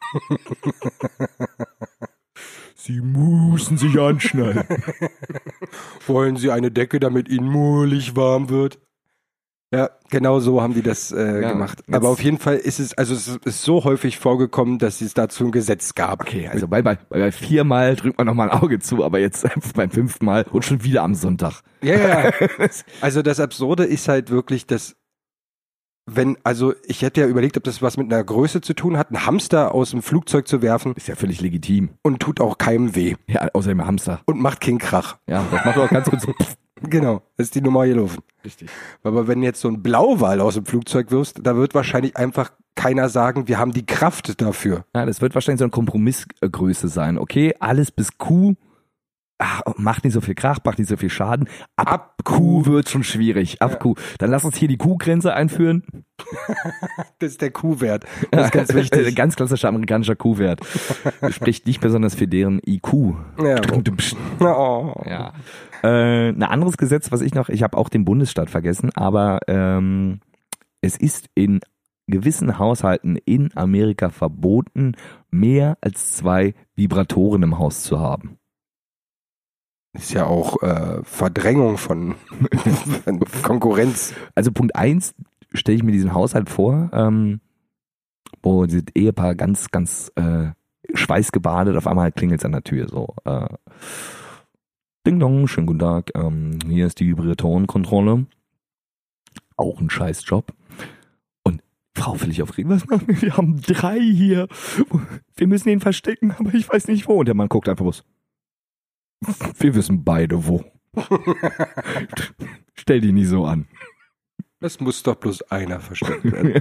Sie müssen sich anschnallen. Wollen Sie eine Decke, damit Ihnen mullig warm wird? Ja, genau so haben die das äh, ja, gemacht. Aber auf jeden Fall ist es, also es ist so häufig vorgekommen, dass es dazu ein Gesetz gab. Okay, also bei, bei, bei viermal drückt man nochmal ein Auge zu, aber jetzt beim fünften Mal und schon wieder am Sonntag. Ja, ja. Also das Absurde ist halt wirklich, dass wenn, also ich hätte ja überlegt, ob das was mit einer Größe zu tun hat, einen Hamster aus dem Flugzeug zu werfen. Ist ja völlig legitim. Und tut auch keinem weh. Ja, außerdem Hamster. Und macht keinen Krach. Ja, das macht auch ganz kurz so. Genau, das ist die Nummer hier laufen. Richtig. Aber wenn jetzt so ein Blauwal aus dem Flugzeug wirfst, da wird wahrscheinlich einfach keiner sagen, wir haben die Kraft dafür. Ja, das wird wahrscheinlich so eine Kompromissgröße sein. Okay, alles bis Kuh. Ach, macht nicht so viel Krach, macht nicht so viel Schaden. Ab, Ab Kuh wird schon schwierig. Ab ja. Kuh. Dann lass uns hier die Kuhgrenze einführen. Das ist der Kuhwert. Das ist ganz wichtig. Ein ganz klassischer amerikanischer Kuhwert. Spricht nicht besonders für deren I Q. Ja. Oh. Ja. Äh, ein anderes Gesetz, was ich noch, ich habe auch den Bundesstaat vergessen, aber ähm, es ist in gewissen Haushalten in Amerika verboten, mehr als zwei Vibratoren im Haus zu haben. Ist ja auch äh, Verdrängung von, von Konkurrenz. Also Punkt eins stelle ich mir diesen Haushalt vor, ähm, wo dieses Ehepaar ganz, ganz äh, schweißgebadet, auf einmal klingelt es an der Tür. So, äh, Ding dong, schönen guten Tag, ähm, hier ist die Vibratorenkontrolle. Auch ein Scheißjob. Und Frau völlig aufgeregt, was machen wir? Wir haben drei hier. Wir müssen ihn verstecken, aber ich weiß nicht wo. Und der Mann guckt einfach bloß. Wir wissen beide wo. Stell dich nicht so an. Es muss doch bloß einer versteckt werden.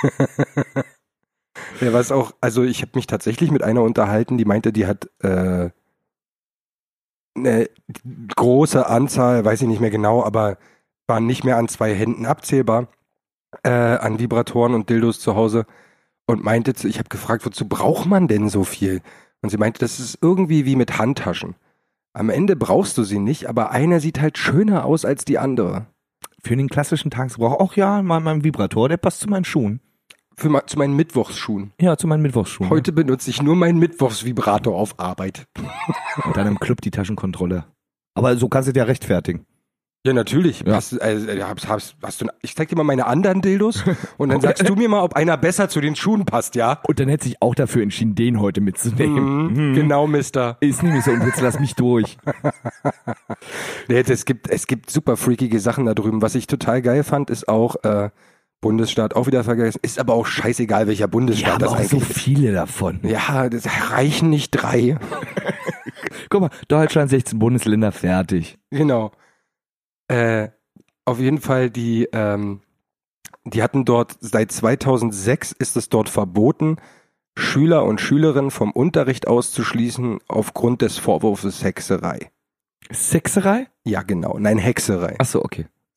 Ja, was auch, also ich habe mich tatsächlich mit einer unterhalten, die meinte, die hat äh, eine große Anzahl, weiß ich nicht mehr genau, aber waren nicht mehr an zwei Händen abzählbar, äh, an Vibratoren und Dildos zu Hause und meinte, ich habe gefragt, wozu braucht man denn so viel? Und sie meinte, das ist irgendwie wie mit Handtaschen. Am Ende brauchst du sie nicht, aber einer sieht halt schöner aus als die andere. Für den klassischen Tagesgebrauch, auch ja, mal mein Vibrator, der passt zu meinen Schuhen. Für ma- zu meinen Mittwochsschuhen. Ja, zu meinen Mittwochsschuhen. Heute benutze ich nur meinen Mittwochsvibrator auf Arbeit. Und dann im Club die Taschenkontrolle. Aber so kannst du dir ja rechtfertigen. Ja, natürlich. Ja. Hast, also, hast, hast, hast du, ich zeig dir mal meine anderen Dildos und dann sagst du mir mal, ob einer besser zu den Schuhen passt, ja? Und dann hätte sich auch dafür entschieden, den heute mitzunehmen. Mhm, mhm. Genau, Mister. Ist nicht mehr so, und jetzt lass mich durch. Nee, es gibt, es gibt super freakige Sachen da drüben. Was ich total geil fand, ist auch äh, Bundesstaat, auch wieder vergessen. Ist aber auch scheißegal, welcher Bundesstaat ja, das aber auch eigentlich so viele davon. Ja, das reichen nicht drei. Guck mal, Deutschland, sechzehn Bundesländer, fertig. Genau. Äh, auf jeden Fall, die, ähm, die hatten dort, seit zweitausendsechs ist es dort verboten, Schüler und Schülerinnen vom Unterricht auszuschließen aufgrund des Vorwurfs Hexerei. Sexerei? Ja, genau. Nein, Hexerei. Ach so, okay.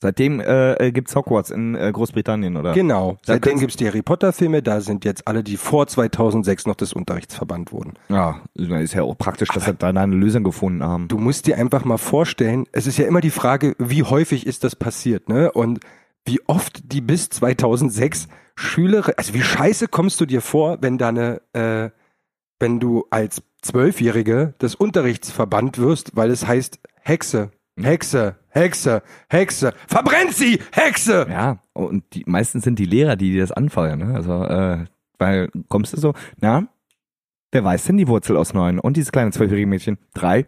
Seitdem äh, gibt's Hogwarts in äh, Großbritannien, oder? Genau. Da Seitdem kannst- gibt's die Harry Potter Filme, da sind jetzt alle, die vor zweitausendsechs noch des Unterrichts verbannt wurden. Ja, ist ja auch praktisch, dass sie da eine Lösung gefunden haben. Du musst dir einfach mal vorstellen, es ist ja immer die Frage, wie häufig ist das passiert, ne? Und wie oft die bis zweitausendsechs Schüler, also wie scheiße kommst du dir vor, wenn deine, äh, wenn du als Zwölfjährige des Unterrichts verbannt wirst, weil es heißt Hexe, Hexe, Hexe, Hexe, verbrennt sie, Hexe! Ja, und die meistens sind die Lehrer, die dir das anfeuern, ne? Also, äh, weil, kommst du so, na, wer weiß denn die Wurzel aus neun? Und dieses kleine zwölfjährige Mädchen, drei.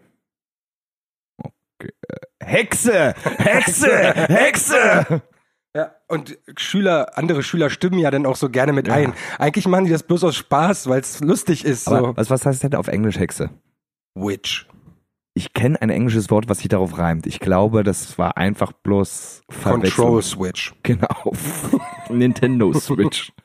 Okay. äh, Hexe! Hexe! Hexe! Ja, und Schüler, andere Schüler stimmen ja dann auch so gerne mit Ja. ein. Eigentlich machen die das bloß aus Spaß, weil es lustig ist. Aber So. was, was heißt denn auf Englisch Hexe? Witch. Ich kenne ein englisches Wort, was sich darauf reimt. Ich glaube, das war einfach bloß Verwechslung. Control Switch. Genau. Nintendo Switch.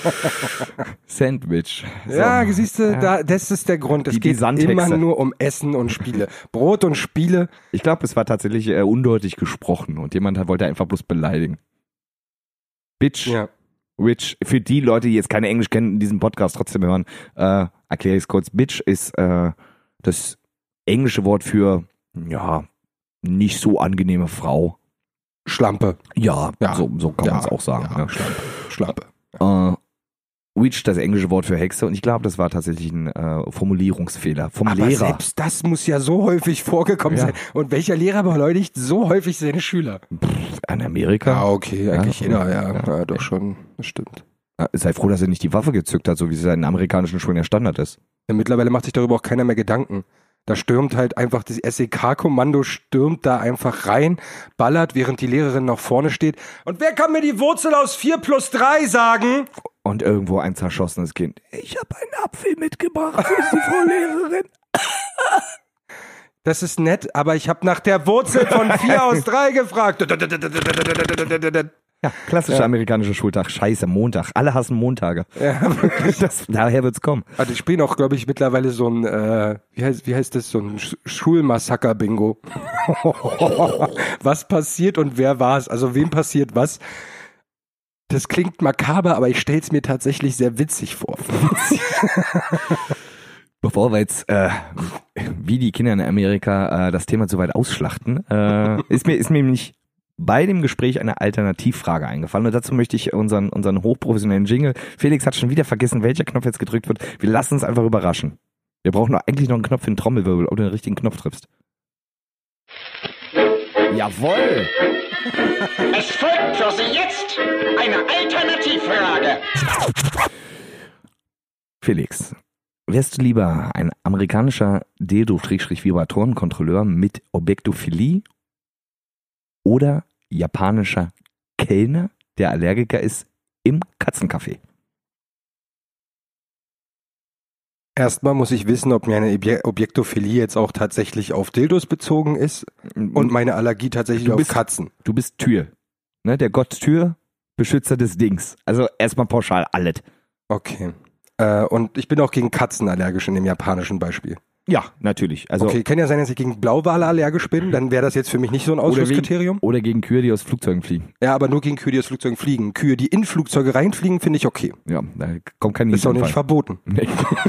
Sandwich. So. Ja, siehst du, Ja. da, das ist der Grund. Es Die- die geht Sandhexe. immer nur um Essen und Spiele. Brot und Spiele. Ich glaube, es war tatsächlich äh, undeutlich gesprochen und jemand hat, wollte einfach bloß beleidigen. Bitch, Ja. Witch. Für die Leute, die jetzt keine Englisch kennen, in diesem Podcast trotzdem hören, äh, erkläre ich es kurz. Bitch ist äh, das englische Wort für, ja, nicht so angenehme Frau. Schlampe. Ja, Ja. so, so kann Ja. man es auch sagen. Ja, Ja. Schlampe. Schlampe. Äh, Witch, das englische Wort für Hexe. Und ich glaube, das war tatsächlich ein äh, Formulierungsfehler vom Aber Lehrer. selbst das muss ja so häufig vorgekommen Ja. sein. Und welcher Lehrer beleidigt so häufig seine Schüler? In Amerika. Ja, okay, eigentlich Ja. jeder, ja. Ja. ja. Doch schon, das stimmt. Äh, Sei froh, dass er nicht die Waffe gezückt hat, so wie es in amerikanischen Schulen ja Standard ist. Ja, mittlerweile macht sich darüber auch keiner mehr Gedanken. Da stürmt halt einfach das S E K-Kommando, stürmt da einfach rein, ballert, während die Lehrerin noch vorne steht. Und wer kann mir die Wurzel aus vier plus drei sagen? Und irgendwo ein zerschossenes Kind. Ich habe einen Apfel mitgebracht für die Frau Lehrerin. Das ist nett, aber ich habe nach der Wurzel von vier aus drei gefragt. Ja, klassischer Ja. amerikanischer Schultag. Scheiße, Montag. Alle hassen Montage. Ja, Das, daher wird's kommen. also ich spiele auch, glaube ich, mittlerweile so ein, äh, wie, heißt, wie heißt das, so ein Sch- Schulmassaker-Bingo. Was passiert und wer war es? Also wem passiert was? Das klingt makaber, aber ich stelle es mir tatsächlich sehr witzig vor. Bevor wir jetzt, äh, wie die Kinder in Amerika, äh, das Thema zu weit ausschlachten, äh, ist mir, ist mir nämlich bei dem Gespräch eine Alternativfrage eingefallen. Und dazu möchte ich unseren, unseren hochprofessionellen Jingle, Felix hat schon wieder vergessen, welcher Knopf jetzt gedrückt wird. Wir lassen uns einfach überraschen. Wir brauchen noch, eigentlich noch einen Knopf für den Trommelwirbel, ob du den richtigen Knopf triffst. Jawohl! Es folgt für Sie jetzt eine Alternativfrage. Felix, wärst du lieber ein amerikanischer Dildo-Vibratorenkontrolleur mit Objektophilie oder japanischer Kellner, der Allergiker ist, im Katzencafé? Erstmal muss ich wissen, ob meine Obje- Objektophilie jetzt auch tatsächlich auf Dildos bezogen ist und meine Allergie tatsächlich Du auf bist- Katzen. Du bist Tür, ne? Der Gott Tür, Beschützer des Dings. Also erstmal pauschal alles. Okay. Äh, und ich bin auch gegen Katzen allergisch in dem japanischen Beispiel. Ja, natürlich. Also Okay, kann ja sein, dass ich gegen Blauwale allergisch bin, dann wäre das jetzt für mich nicht so ein oder, wegen, Ausschlusskriterium. oder gegen Kühe, die aus Flugzeugen fliegen. Ja, aber nur gegen Kühe, die aus Flugzeugen fliegen. Kühe, die in Flugzeuge reinfliegen, finde ich okay. Ja, da kommt kein Ist auch nicht Niesanfall. verboten. Nee.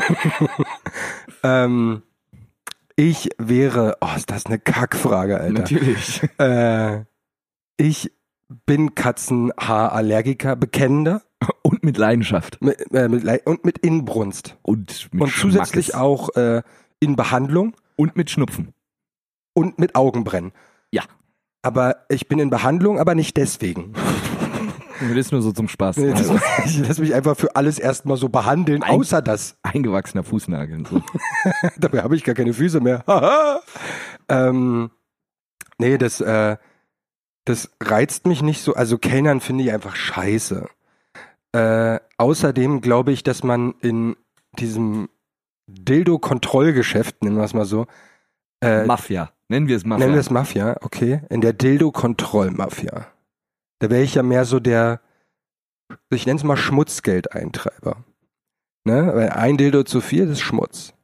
Ähm, ich wäre, oh, ist das eine Kackfrage, Alter. Natürlich. Äh, ich bin Katzenhaarallergiker, bekennender Und mit Leidenschaft. mit, äh, mit, Lei- und mit Inbrunst. Und mit Und zusätzlich Schmackes. auch äh, in Behandlung Und mit Schnupfen. und mit Augenbrennen. Ja. Aber ich bin in Behandlung, aber nicht deswegen. Das ist nur so zum Spaß. Nee, das- Also, Ich lasse mich einfach für alles erstmal so behandeln, Ein- außer das. eingewachsener Fußnagel. und So. Dabei habe ich gar keine Füße mehr. Haha. ähm, nee, das, äh, das reizt mich nicht so. Also Kellnern finde ich einfach scheiße. Äh, außerdem glaube ich, dass man in diesem Dildo-Kontrollgeschäft, nennen wir es mal so, äh, Mafia. Nennen wir es Mafia. nennen wir es Mafia, okay, in der Dildo-Kontroll-Mafia. Da wäre ich ja mehr so der, ich nenne es mal Schmutzgeldeintreiber. Ne? Weil ein Dildo zu viel, das ist Schmutz.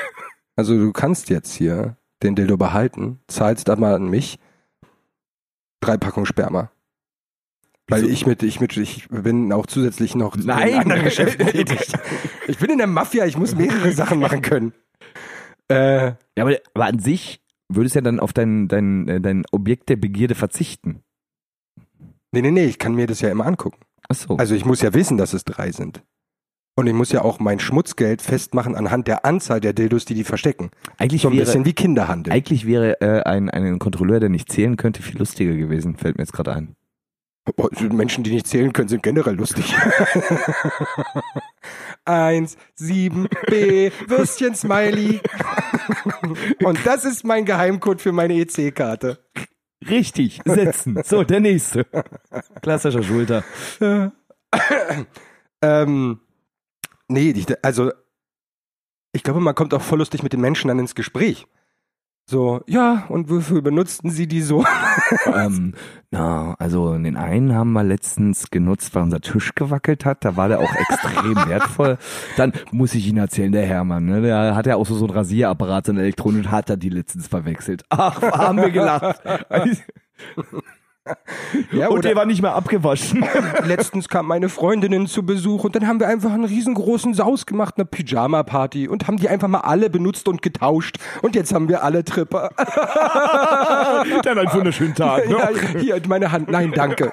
Also du kannst jetzt hier den Dildo behalten, zahlst aber an mich Drei Packungen Sperma. Weil Wieso? ich mit, ich mit, ich bin auch zusätzlich noch Nein. in anderen Geschäften tätig. Ich bin in der Mafia, ich muss mehrere Sachen machen können. Äh, Ja, aber, aber an sich würdest du ja dann auf dein, dein, äh, dein Objekt der Begierde verzichten. nee, nee, nee, ich kann mir das ja immer angucken. Ach so. Also ich muss ja wissen, dass es drei sind. Und ich muss ja auch mein Schmutzgeld festmachen anhand der Anzahl der Dildos, die die verstecken. eigentlich So ein wäre, bisschen wie Kinderhandel. eigentlich wäre äh, ein, ein Kontrolleur, der nicht zählen könnte, viel lustiger gewesen, fällt mir jetzt gerade ein. Boah, Menschen, die nicht zählen können, sind generell lustig. Eins, sieben, B, Würstchen, Smiley. Und das ist mein Geheimcode für meine E C-Karte. Richtig, setzen. So, der nächste. Klassischer Schulter. ähm, nee, ich, also ich glaube, man kommt auch voll lustig mit den Menschen dann ins Gespräch. So, ja, und wofür benutzten sie die so? ähm, na, also den einen haben wir letztens genutzt, weil unser Tisch gewackelt hat. Da war der auch extrem wertvoll. Dann muss ich Ihnen erzählen, der Hermann, ne, der hat ja auch so, so einen Rasierapparat, so eine Elektronik, und hat er die letztens verwechselt. Ach, haben wir gelacht. Ja, Und oder der war nicht mehr abgewaschen. letztens kam meine Freundinnen zu Besuch und dann haben wir einfach einen riesengroßen Saus gemacht, eine Pyjama-Party und haben die einfach mal alle benutzt und getauscht. Und jetzt haben wir alle Tripper. Dann einen wunderschönen Tag. Ne? Ja, hier, meine Hand. Nein, danke.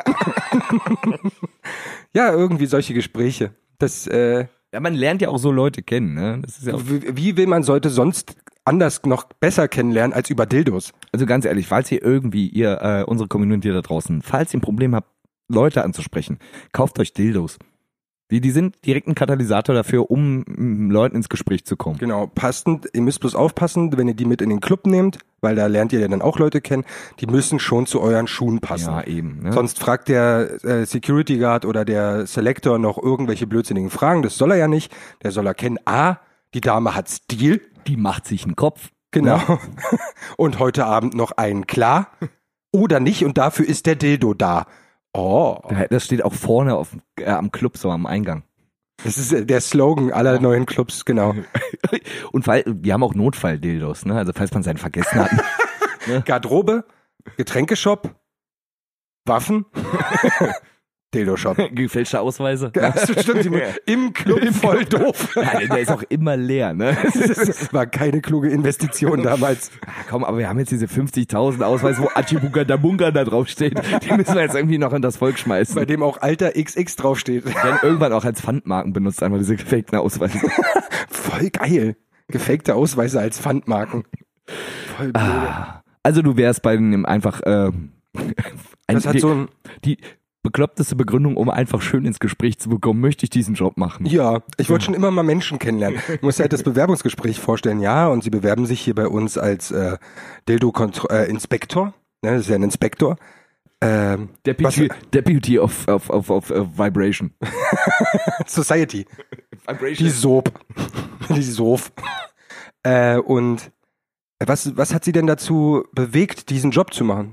Ja, irgendwie solche Gespräche. Das, äh, Ja, man lernt ja auch so Leute kennen. Ne? Das ist ja auch, wie, wie will man Leute sonst anders noch besser kennenlernen als über Dildos? also ganz ehrlich, falls ihr irgendwie, ihr, äh, unsere Community da draußen, falls ihr ein Problem habt, Leute anzusprechen, kauft euch Dildos. Die, die sind direkt ein Katalysator dafür, um mm, Leuten ins Gespräch zu kommen. Genau, passend. Ihr müsst bloß aufpassen, wenn ihr die mit in den Club nehmt, weil da lernt ihr ja dann auch Leute kennen, die müssen schon zu euren Schuhen passen. Ja, eben. Ne? Sonst fragt der äh, Security Guard oder der Selector noch irgendwelche blödsinnigen Fragen. Das soll er ja nicht. Der soll erkennen, A, die Dame hat Stil. Die macht sich einen Kopf. Genau. Und heute Abend noch einen klar. Oder nicht. Und dafür ist der Dildo da. Oh. Das steht auch vorne auf, äh, am Club, so am Eingang. Das ist äh, der Slogan aller neuen Clubs, genau. Und weil, wir haben auch Notfall-Dildos, ne? Also falls man seinen vergessen hat. Garderobe, Getränkeshop, Waffen, Dildo-Shop. Gefälschte Ausweise. Ja, das stimmt. Die- Im Club voll doof. Ja, der ist auch immer leer, ne? Das war keine kluge Investition damals. Ah, komm, aber wir haben jetzt diese fünfzigtausend Ausweise, wo Achibunga da Bunga da draufsteht. Die müssen wir jetzt irgendwie noch in das Volk schmeißen. Bei dem auch Alter X X draufsteht. Die werden irgendwann auch als Pfandmarken benutzt, einfach diese gefakten Ausweise. Voll geil. Gefakte Ausweise als Pfandmarken. Voll blöd. Ah, also du wärst bei dem einfach äh, ein, Das hat die, so ein, die bekloppteste Begründung, um einfach schön ins Gespräch zu bekommen, möchte ich diesen Job machen. ja, ich wollte schon immer mal Menschen kennenlernen. Ich muss halt das Bewerbungsgespräch vorstellen. Ja, und sie bewerben sich hier bei uns als äh, Dildo-Inspektor. Ne, das ist ja ein Inspektor. Ähm, Deputy, Deputy of, of, of, of, of Vibration. Society. Die Vibration. Soap. Die Sof. Äh, und was, was hat sie denn dazu bewegt, diesen Job zu machen?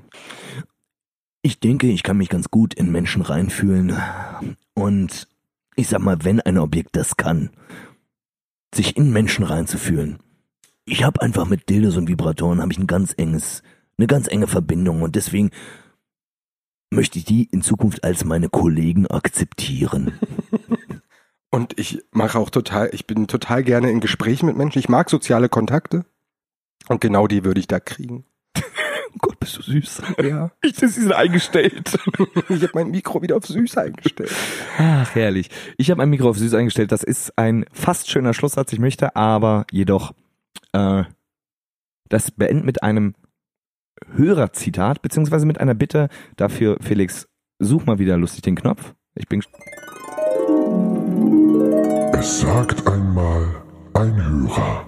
Ich denke, ich kann mich ganz gut in Menschen reinfühlen. Und ich sag mal, wenn ein Objekt das kann, sich in Menschen reinzufühlen. Ich habe einfach mit Dildos und Vibratoren habe ich ein ganz enges, eine ganz enge Verbindung und deswegen möchte ich die in Zukunft als meine Kollegen akzeptieren. Und ich mache auch total, ich bin total gerne in Gesprächen mit Menschen. Ich mag soziale Kontakte. Und genau die würde ich da kriegen. Oh Gott, bist du süß. Ja. Ich, das ist eingestellt. Ich habe mein Mikro wieder auf süß eingestellt. Ach, herrlich. Ich habe mein Mikro auf süß eingestellt. Das ist ein fast schöner Schlusssatz. Ich möchte aber jedoch äh, das beenden mit einem Hörerzitat, beziehungsweise mit einer Bitte. Dafür, Felix, such mal wieder lustig den Knopf. Ich bin... Es sagt einmal ein Hörer.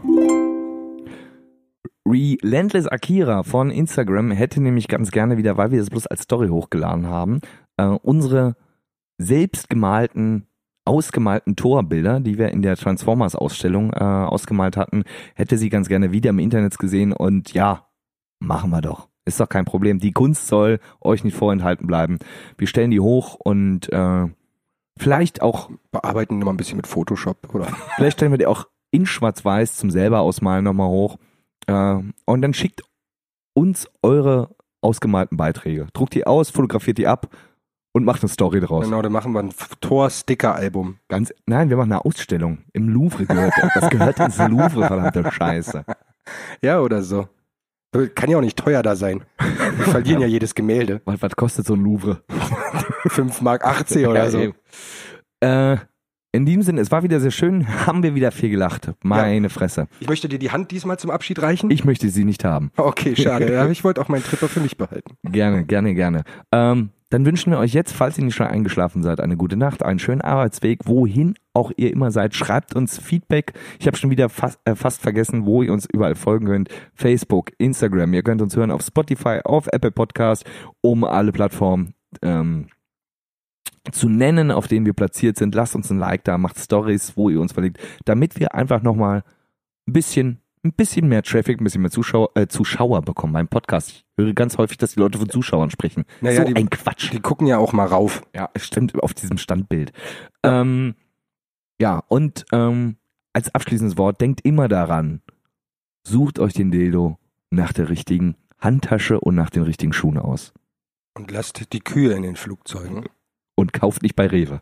Relentless Akira von Instagram hätte nämlich ganz gerne wieder, weil wir das bloß als Story hochgeladen haben, äh, unsere selbstgemalten, ausgemalten Torbilder, die wir in der Transformers-Ausstellung äh, ausgemalt hatten, hätte sie ganz gerne wieder im Internet gesehen und ja, machen wir doch. Ist doch kein Problem. Die Kunst soll euch nicht vorenthalten bleiben. Wir stellen die hoch und äh, vielleicht auch... Bearbeiten wir mal ein bisschen mit Photoshop, oder? Vielleicht stellen wir die auch in Schwarz-Weiß zum selber ausmalen nochmal hoch. Äh, und dann schickt uns eure ausgemalten Beiträge. Druckt die aus, fotografiert die ab und macht eine Story draus. Genau, dann machen wir ein Tor-Sticker-Album. Ganz, nein, wir machen eine Ausstellung. Im Louvre gehört das. Das gehört ins Louvre, verdammte Scheiße. Ja, oder so. Kann ja auch nicht teuer da sein. Wir verlieren ja jedes Gemälde. Was, was kostet so ein Louvre? fünf Mark achtzig oder so. Äh, in diesem Sinne, es war wieder sehr schön. Haben wir wieder viel gelacht. Meine ja. Fresse. Ich möchte dir die Hand diesmal zum Abschied reichen. Ich möchte sie nicht haben. Okay, schade. Ja, ich wollte auch meinen Tripper für mich behalten. Gerne, gerne, gerne. Ähm, dann wünschen wir euch jetzt, falls ihr nicht schon eingeschlafen seid, eine gute Nacht, einen schönen Arbeitsweg, wohin auch ihr immer seid. Schreibt uns Feedback. Ich habe schon wieder fast, äh, fast vergessen, wo ihr uns überall folgen könnt. Facebook, Instagram. Ihr könnt uns hören auf Spotify, auf Apple Podcast, um alle Plattformen ähm, zu nennen, auf denen wir platziert sind. Lasst uns ein Like da, macht Stories, wo ihr uns verlinkt, damit wir einfach nochmal ein bisschen ein bisschen mehr Traffic, ein bisschen mehr Zuschauer, äh, Zuschauer bekommen beim Podcast. Ich höre ganz häufig, dass die Leute von Zuschauern sprechen. Naja, so die, ein Quatsch. Die gucken ja auch mal rauf. Ja, stimmt, auf diesem Standbild. Ja, ähm, ja und ähm, als abschließendes Wort, denkt immer daran, sucht euch den Dildo nach der richtigen Handtasche und nach den richtigen Schuhen aus. Und lasst die Kühe in den Flugzeugen. Und kauft nicht bei Rewe.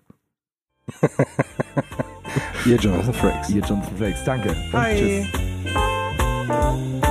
Ihr Jonathan Frakes. Ihr Jonathan Frakes, danke. Hi. Und tschüss.